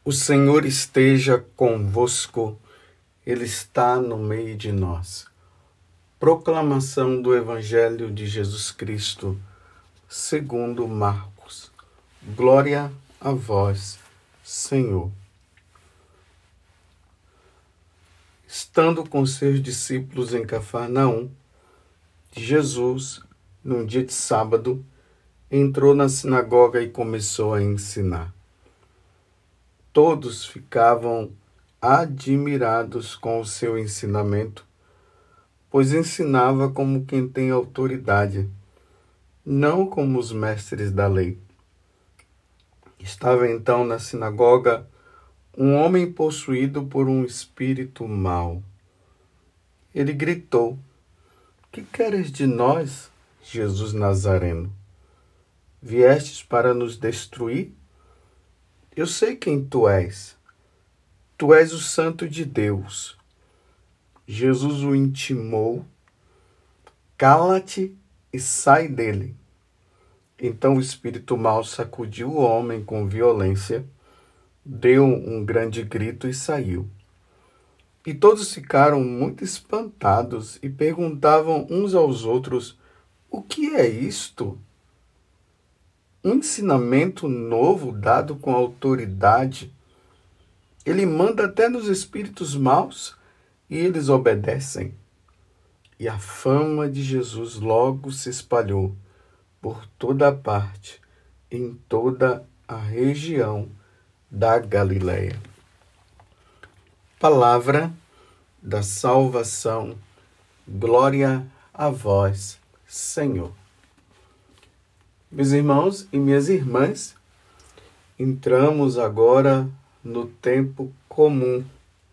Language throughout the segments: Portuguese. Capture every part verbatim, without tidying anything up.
O Senhor esteja convosco, Ele está no meio de nós. Proclamação do Evangelho de Jesus Cristo, segundo Marcos. Glória a vós, Senhor. Estando com seus discípulos em Cafarnaum, Jesus, num dia de sábado, entrou na sinagoga e começou a ensinar. Todos ficavam admirados com o seu ensinamento, pois ensinava como quem tem autoridade, não como os mestres da lei. Estava então na sinagoga um homem possuído por um espírito mau. Ele gritou: "Que queres de nós, Jesus Nazareno? Viestes para nos destruir? Eu sei quem tu és. Tu és o Santo de Deus." Jesus o intimou: "Cala-te e sai dele." Então o espírito mau sacudiu o homem com violência, deu um grande grito e saiu. E todos ficaram muito espantados e perguntavam uns aos outros: "O que é isto? Um ensinamento novo dado com autoridade. Ele manda até nos espíritos maus e eles obedecem." E a fama de Jesus logo se espalhou por toda a parte, em toda a região da Galileia. Palavra da salvação. Glória a vós, Senhor. Meus irmãos e minhas irmãs, entramos agora no tempo comum.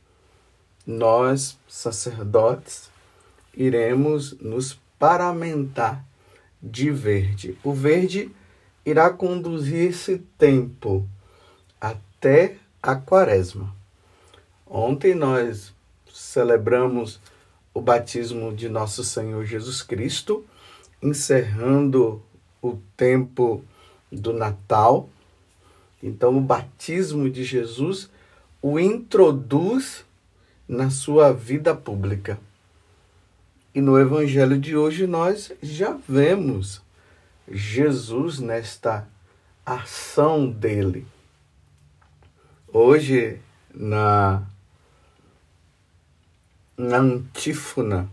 Nós, sacerdotes, iremos nos paramentar de verde. O verde irá conduzir esse tempo até a quaresma. Ontem nós celebramos o batismo de nosso Senhor Jesus Cristo, encerrando o tempo do Natal. Então, o batismo de Jesus o introduz na sua vida pública. E no Evangelho de hoje nós já vemos Jesus nesta ação dele. Hoje, na, na antífona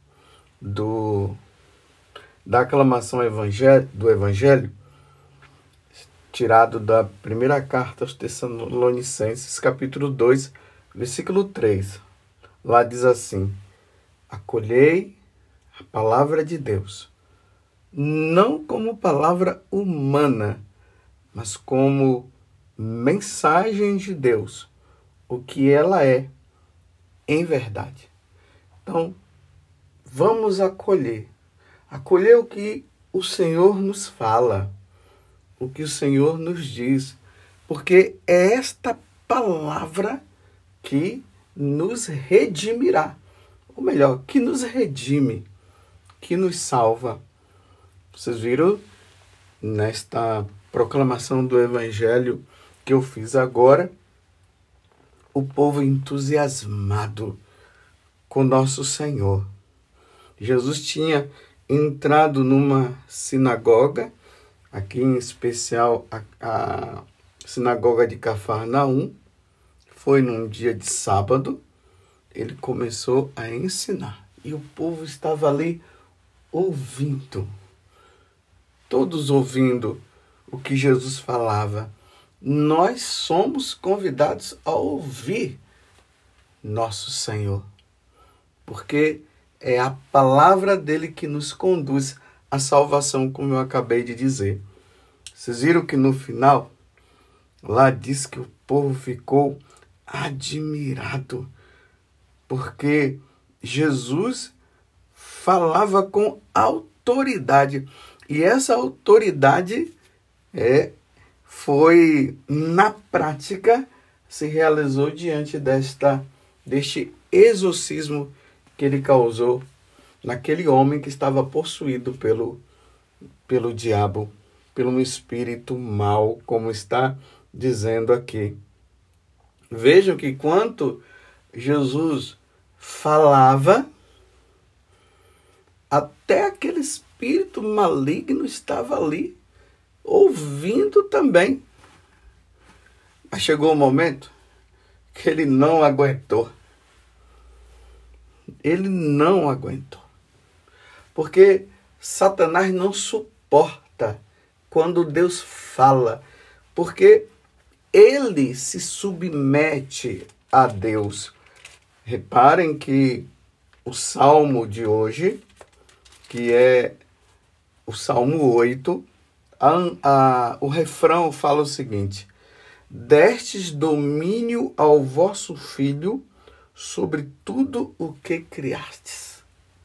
do, da aclamação evangel, do Evangelho, tirado da primeira carta aos Tessalonicenses, capítulo dois, versículo três. Lá diz assim: "Acolhei a palavra de Deus, não como palavra humana, mas como mensagem de Deus, o que ela é em verdade." Então, vamos acolher. Acolher o que o Senhor nos fala, o que o Senhor nos diz, porque é esta palavra que nos redimirá. Ou melhor, que nos redime, que nos salva. Vocês viram nesta proclamação do Evangelho que eu fiz agora, o povo entusiasmado com nosso Senhor. Jesus tinha entrado numa sinagoga, aqui em especial a, a sinagoga de Cafarnaum. Foi num dia de sábado. Ele começou a ensinar e o povo estava ali ouvindo, todos ouvindo o que Jesus falava. Nós somos convidados a ouvir nosso Senhor, porque é a palavra dele que nos conduz à salvação, como eu acabei de dizer. Vocês viram que no final, lá diz que o povo ficou admirado, porque Jesus falava com autoridade. E essa autoridade é, foi, na prática, se realizou diante desta, deste exorcismo que ele causou naquele homem que estava possuído pelo, pelo diabo, pelo espírito mau, como está dizendo aqui. Vejam que quando Jesus falava, até aquele espírito maligno estava ali, ouvindo também. Mas chegou um momento que ele não aguentou. Ele não aguentou. Porque Satanás não suporta quando Deus fala. Porque ele se submete a Deus. Reparem que o Salmo de hoje, que é o Salmo oito, a, a, o refrão fala o seguinte: destes domínio ao vosso Filho sobre tudo o que criastes.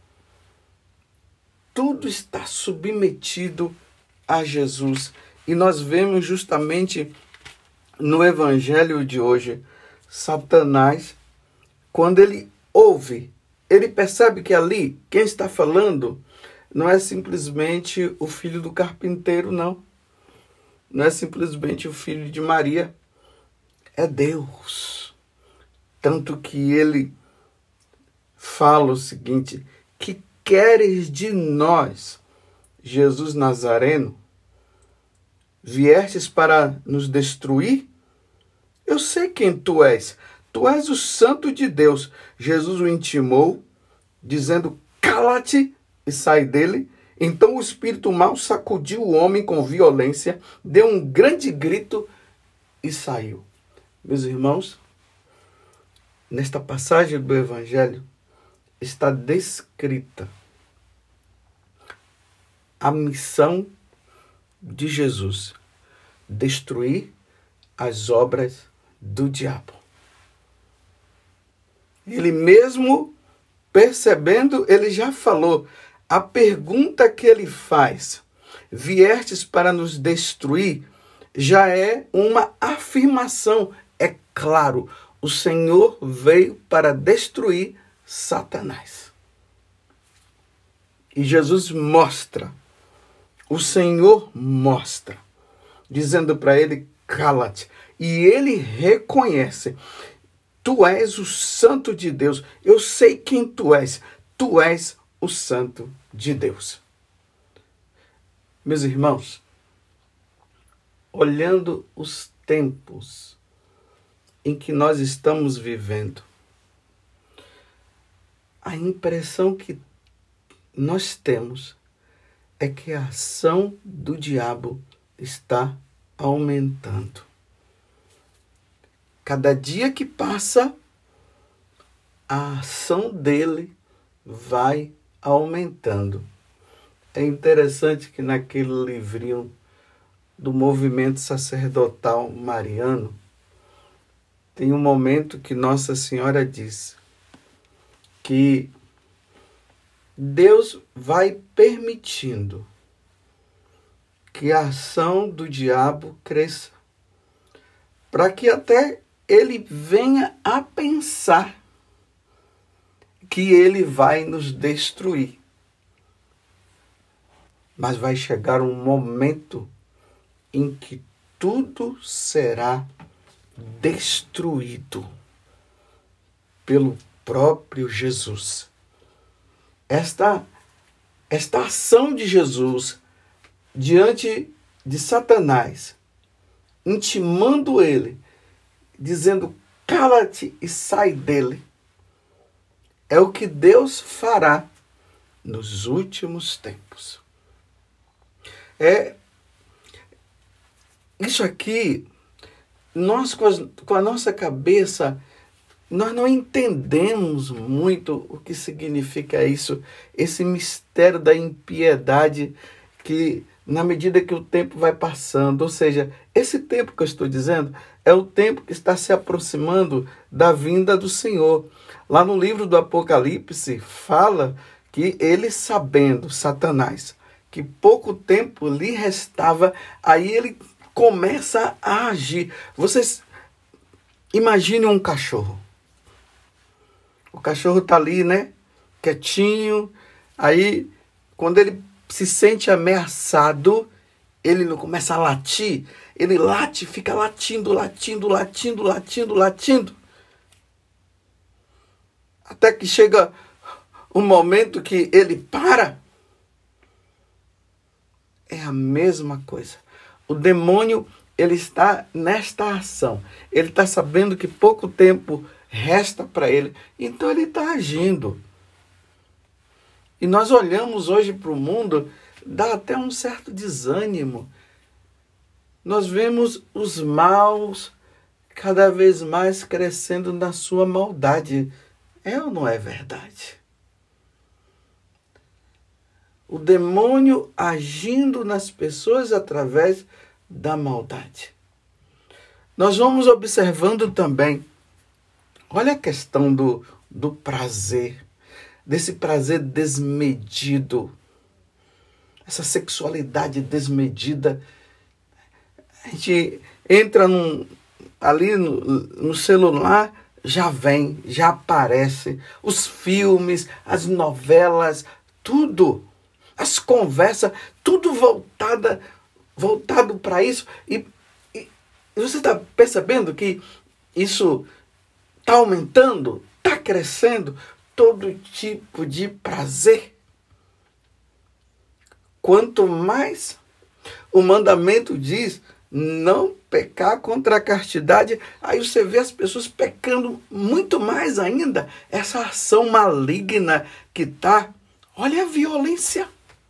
Tudo está submetido a Jesus. E nós vemos justamente no Evangelho de hoje, Satanás, quando ele ouve, ele percebe que ali, quem está falando, não é simplesmente o filho do carpinteiro, não. Não é simplesmente o filho de Maria. É Deus. Tanto que ele fala o seguinte: que queres de nós, Jesus Nazareno? Viestes para nos destruir? Eu sei quem tu és. Tu és o Santo de Deus. Jesus o intimou, dizendo: cala-te e sai dele. Então o espírito mau sacudiu o homem com violência, deu um grande grito e saiu. Meus irmãos, nesta passagem do Evangelho está descrita a missão de Jesus: destruir as obras do diabo. Ele mesmo, percebendo, ele já falou. A pergunta que ele faz, viestes para nos destruir, já é uma afirmação. É claro, o Senhor veio para destruir Satanás. E Jesus mostra, o Senhor mostra, dizendo para ele: cala-te. E ele reconhece: tu és o Santo de Deus. Eu sei quem tu és. Tu és o Santo de Deus. Meus irmãos, olhando os tempos em que nós estamos vivendo, a impressão que nós temos é que a ação do diabo está aumentando. Cada dia que passa, a ação dele vai aumentando. É interessante que naquele livrinho do movimento sacerdotal mariano, tem um momento que Nossa Senhora diz que Deus vai permitindo que a ação do diabo cresça, para que até ele venha a pensar que ele vai nos destruir. Mas vai chegar um momento em que tudo será destruído pelo próprio Jesus. Esta, esta ação de Jesus diante de Satanás, intimando ele, dizendo: cala-te e sai dele, é o que Deus fará nos últimos tempos. É isso aqui, nós com, as, com a nossa cabeça, nós não entendemos muito o que significa isso, esse mistério da impiedade que, na medida que o tempo vai passando, ou seja, esse tempo que eu estou dizendo é o tempo que está se aproximando da vinda do Senhor. Lá no livro do Apocalipse fala que ele, sabendo, Satanás, que pouco tempo lhe restava, aí ele começa a agir. Vocês imaginem um cachorro. O cachorro está ali, né? Quietinho. Aí, quando ele se sente ameaçado, ele não começa a latir. ele late, fica latindo, latindo, latindo, latindo, latindo. Até que chega um momento que ele para. É a mesma coisa. O demônio, ele está nesta ação. Ele está sabendo que pouco tempo resta para ele. Então ele está agindo. E nós olhamos hoje para o mundo, dá até um certo desânimo. Nós vemos os maus cada vez mais crescendo na sua maldade. É ou não é verdade? O demônio agindo nas pessoas através da maldade. Nós vamos observando também, olha a questão do, do prazer, desse prazer desmedido, essa sexualidade desmedida. A gente entra num, ali no, no celular, já vem, já aparece, os filmes, as novelas, tudo. As conversas, tudo voltada, voltado para isso. E, e você está percebendo que isso está aumentando, está crescendo, todo tipo de prazer. Quanto mais o mandamento diz não pecar contra a castidade, aí você vê as pessoas pecando muito mais ainda. Essa ação maligna que está, olha a violência.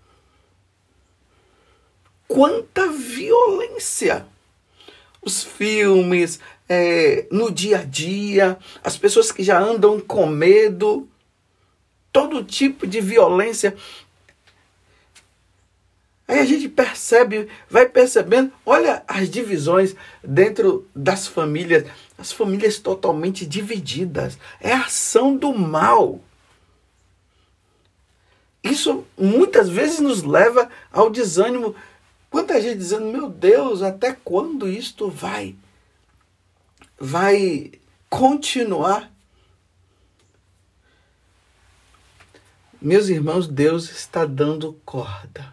Quanta violência! Os filmes, é, no dia a dia, as pessoas que já andam com medo, todo tipo de violência. Aí a gente percebe, vai percebendo, olha as divisões dentro das famílias, as famílias totalmente divididas. É a ação do mal. Isso muitas vezes nos leva ao desânimo. Quanta gente dizendo, meu Deus, até quando isto vai, vai continuar? Meus irmãos, Deus está dando corda.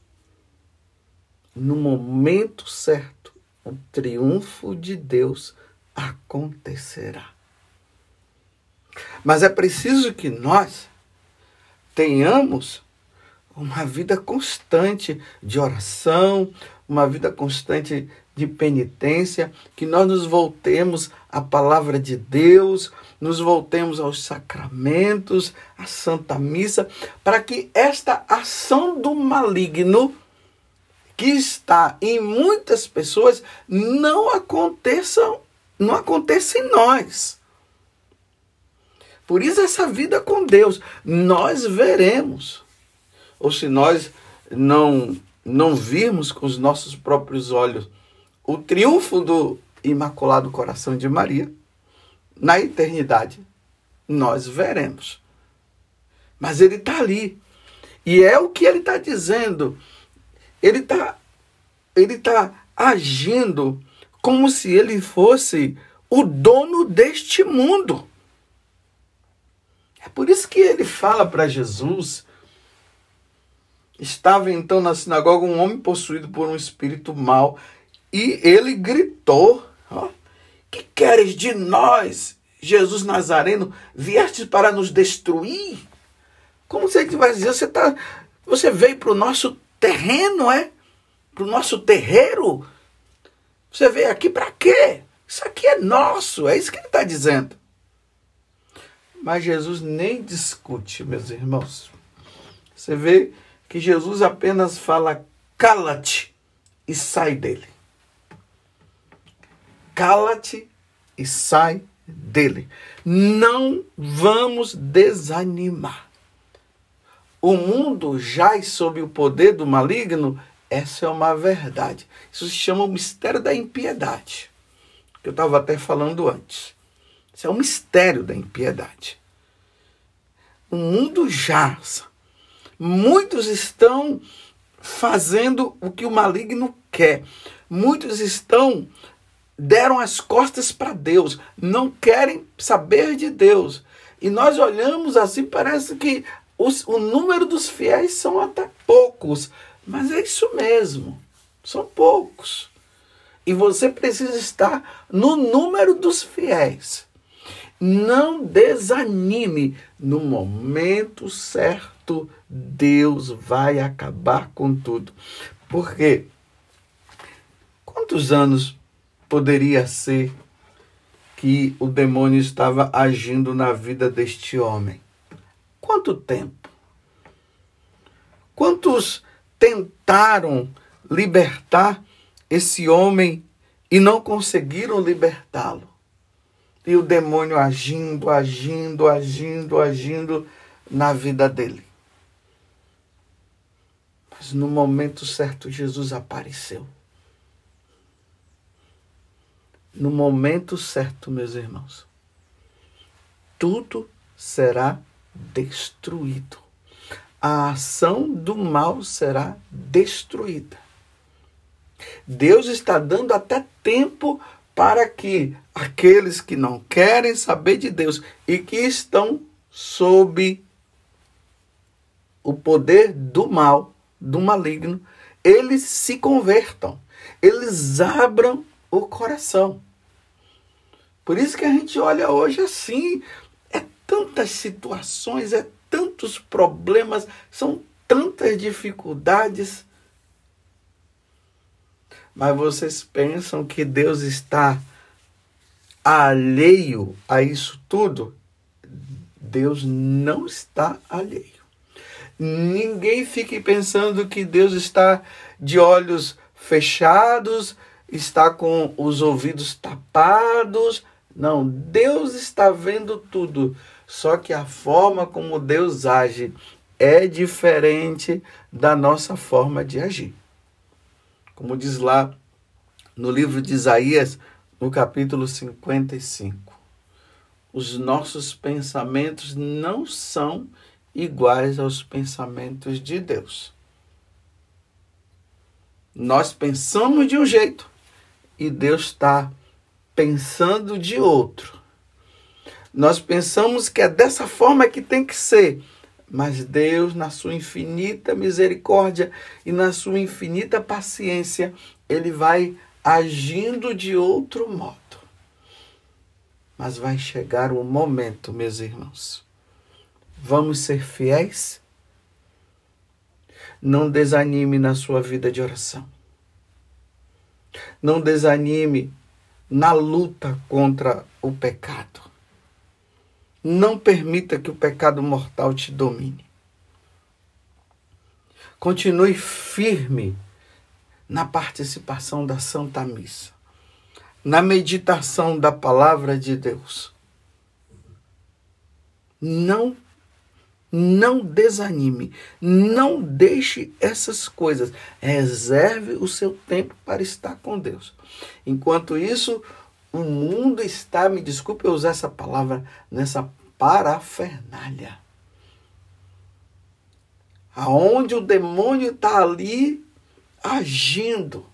No momento certo, o triunfo de Deus acontecerá. Mas é preciso que nós tenhamos uma vida constante de oração, uma vida constante de penitência, que nós nos voltemos à palavra de Deus, nos voltemos aos sacramentos, à Santa Missa, para que esta ação do maligno que está em muitas pessoas não aconteça, não aconteça em nós. Por isso essa vida com Deus, nós veremos. Ou se nós não, não virmos com os nossos próprios olhos o triunfo do Imaculado Coração de Maria, na eternidade, nós veremos. Mas ele está ali. E é o que ele está dizendo. Ele está ele tá agindo como se ele fosse o dono deste mundo. É por isso que ele fala para Jesus. Estava então na sinagoga um homem possuído por um espírito mau, e ele gritou, ó, que queres de nós, Jesus Nazareno? Vieste para nos destruir? Como você vai dizer? Você, tá, você veio para o nosso terreno, é? Para o nosso terreiro? Você veio aqui para quê? Isso aqui é nosso, é isso que ele está dizendo. Mas Jesus nem discute, meus irmãos. Você vê que Jesus apenas fala, cala-te e sai dele. Cala-te e sai dele. Não vamos desanimar. O mundo jaz sob o poder do maligno, essa é uma verdade. Isso se chama o mistério da impiedade, que eu estava até falando antes. Isso é o mistério da impiedade. O mundo jaz. Muitos estão fazendo o que o maligno quer. Muitos estão, deram as costas para Deus. Não querem saber de Deus. E nós olhamos assim, parece que os, o número dos fiéis são até poucos. Mas é isso mesmo. São poucos. E você precisa estar no número dos fiéis. Não desanime. No momento certo, Deus vai acabar com tudo. Por quê? Quantos anos poderia ser que o demônio estava agindo na vida deste homem? Quanto tempo? Quantos tentaram libertar esse homem e não conseguiram libertá-lo? E o demônio agindo, agindo, agindo, agindo na vida dele. Mas no momento certo, Jesus apareceu. No momento certo, meus irmãos, tudo será destruído. A ação do mal será destruída. Deus está dando até tempo para que aqueles que não querem saber de Deus e que estão sob o poder do mal, do maligno, eles se convertam, eles abram o coração. Por isso que a gente olha hoje assim, é tantas situações, é tantos problemas, são tantas dificuldades. Mas vocês pensam que Deus está alheio a isso tudo? Deus não está alheio. Ninguém fique pensando que Deus está de olhos fechados, está com os ouvidos tapados. Não, Deus está vendo tudo. Só que a forma como Deus age é diferente da nossa forma de agir. Como diz lá no livro de Isaías, no capítulo cinquenta e cinco. Os nossos pensamentos não são iguais aos pensamentos de Deus. Nós pensamos de um jeito e Deus está pensando de outro. Nós pensamos que é dessa forma que tem que ser, mas Deus, na sua infinita misericórdia e na sua infinita paciência, Ele vai agindo de outro modo. Mas vai chegar um momento, meus irmãos. Vamos ser fiéis? Não desanime na sua vida de oração. Não desanime na luta contra o pecado. Não permita que o pecado mortal te domine. Continue firme na participação da Santa Missa, na meditação da palavra de Deus. Não, não desanime, não deixe essas coisas. Reserve o seu tempo para estar com Deus. Enquanto isso, o mundo está, me desculpe eu usar essa palavra, nessa parafernália. Aonde o demônio está ali agindo.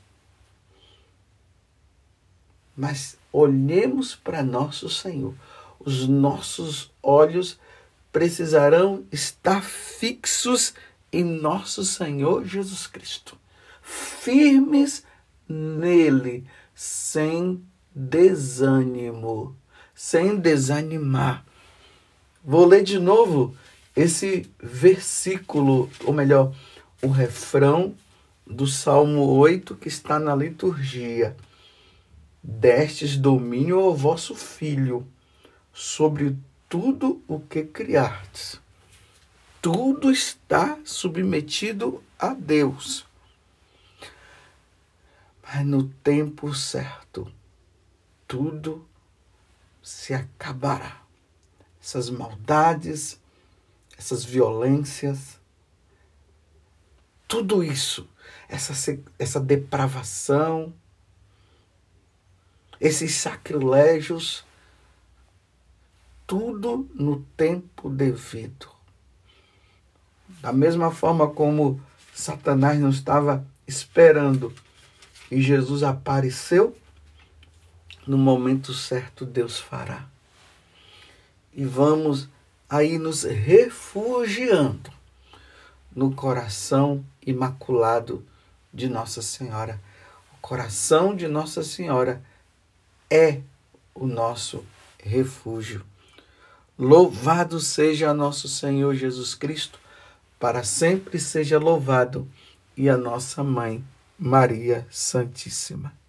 Mas olhemos para nosso Senhor. Os nossos olhos precisarão estar fixos em nosso Senhor Jesus Cristo. Firmes nele, sem desânimo, sem desanimar. Vou ler de novo esse versículo, ou melhor, o refrão do Salmo oito que está na liturgia. Destes domínio ao vosso Filho, sobre tudo o que criastes. Tudo está submetido a Deus. Mas no tempo certo, tudo se acabará. Essas maldades, essas violências, tudo isso, essa, essa depravação, esses sacrilégios, tudo no tempo devido. Da mesma forma como Satanás não estava esperando e Jesus apareceu, no momento certo Deus fará. E vamos aí nos refugiando no coração imaculado de Nossa Senhora. O coração de Nossa Senhora é o nosso refúgio. Louvado seja nosso Senhor Jesus Cristo, para sempre seja louvado, e a nossa Mãe, Maria Santíssima.